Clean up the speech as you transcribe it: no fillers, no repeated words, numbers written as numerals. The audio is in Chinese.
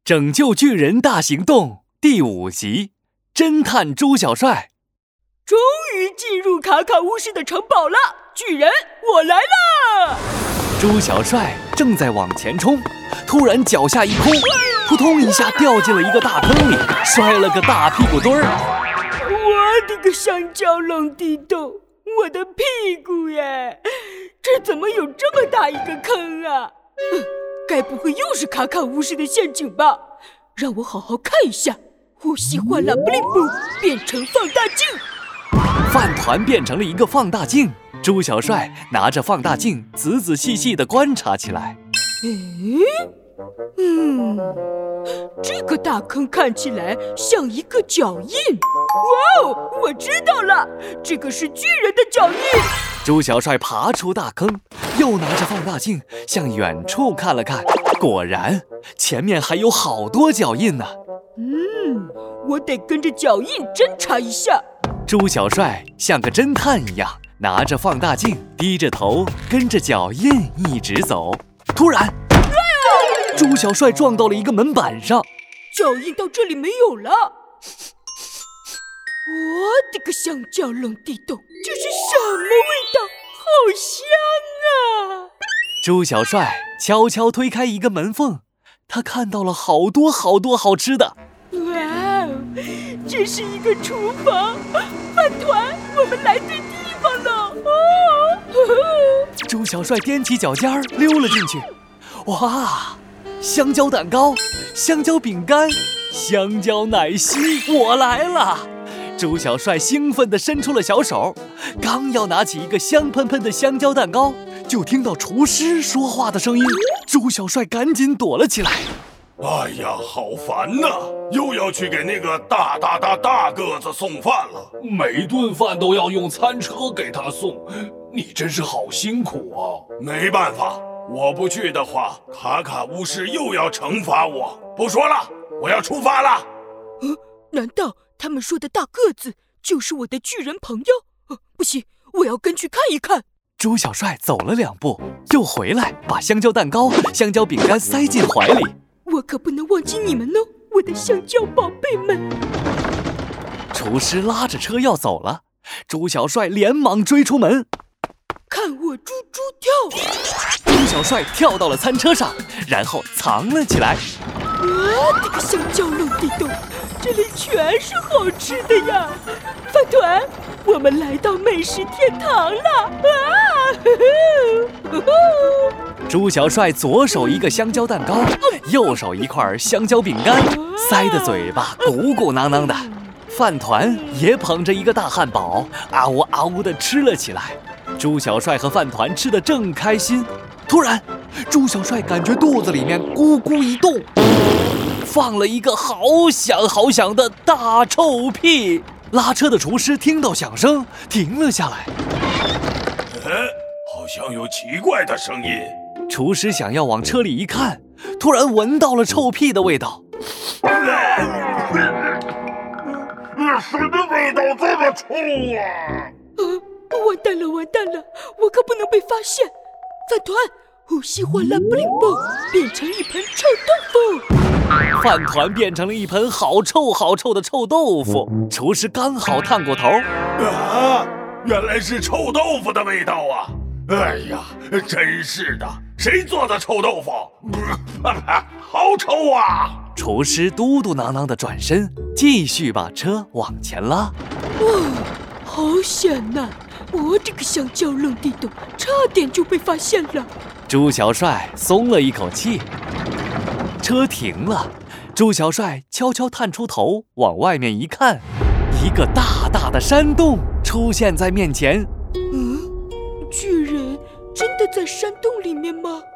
拯救巨人大行动第5集，侦探朱小帅。 终于进入卡卡巫师的城堡了，巨人，我来了！ 朱小帅正在往前冲，突然脚下一空，扑通一下掉进了一个大坑里，摔了个大屁股墩儿。 我的个香蕉冷地洞，我的屁股耶！这怎么有这么大一个坑啊？该不会又是卡卡巫师的陷阱吧？让我好好看一下。呼吸换了布灵布，变成放大镜。 饭团变成了一个放大镜，朱小帅拿着放大镜仔仔细细地观察起来。 这个大坑看起来像一个脚印。哇哦，我知道了，这个是巨人的脚印。 朱小帅爬出大坑，又拿着放大镜向远处看了看，果然前面还有好多脚印呢。 我得跟着脚印侦查一下。 朱小帅像个侦探一样，拿着放大镜，低着头跟着脚印一直走。突然，朱小帅撞到了一个门板上， 脚印到这里没有了。我的个香蕉冷地洞，这是什么味道？好香啊！ 朱小帅悄悄推开一个门缝，他看到了好多好多好吃的。 哇哦，这是一个厨房，饭团，我们来对地方了。 朱小帅踮起脚尖溜了进去。哇，香蕉蛋糕、香蕉饼干、香蕉奶昔，我来了！朱小帅兴奋地伸出了小手，刚要拿起一个香喷喷的香蕉蛋糕，就听到厨师说话的声音。朱小帅赶紧躲了起来。 哎呀，好烦呐！又要去给那个大个子送饭了， 每顿饭都要用餐车给他送，你真是好辛苦啊！ 没办法，我不去的话，卡卡巫师又要惩罚我。不说了，我要出发了。 难道他们说的大个子就是我的巨人朋友？不行，我要跟去看一看。 朱小帅走了2步，又回来，把香蕉蛋糕、香蕉饼干塞进怀里。 我可不能忘记你们哦，我的香蕉宝贝们！ 厨师拉着车要走了，朱小帅连忙追出门。 看我猪猪跳！ 朱小帅跳到了餐车上，然后藏了起来。 我的个香蕉冷地洞，这里全是好吃的呀！饭团，我们来到美食天堂了！ 朱小帅左手一个香蕉蛋糕，右手一块香蕉饼干，塞得嘴巴鼓鼓囊囊的。饭团也捧着一个大汉堡，啊呜啊呜地吃了起来。朱小帅和饭团吃得正开心，突然，朱小帅感觉肚子里面咕咕一动，放了一个好响好响的大臭屁。拉车的厨师听到响声，停了下来。 好像有奇怪的声音。 厨师想要往车里一看，突然闻到了臭屁的味道。 什么味道这么臭啊！ 完蛋了，完蛋了，我可不能被发现。饭团，呼吸换了布灵布，变成一盆臭豆腐。 饭团变成了一盆好臭好臭的臭豆腐。厨师刚好探过头， 原来是臭豆腐的味道啊！哎呀，真是的，谁做的臭豆腐？好臭啊！ 厨师嘟嘟囔囔地转身，继续把车往前拉。 好险呐！我这个香蕉冷地洞，差点就被发现了。 朱小帅松了一口气。车停了，朱小帅悄悄探出头往外面一看，一个大大的山洞出现在面前。 巨人真的在山洞里面吗？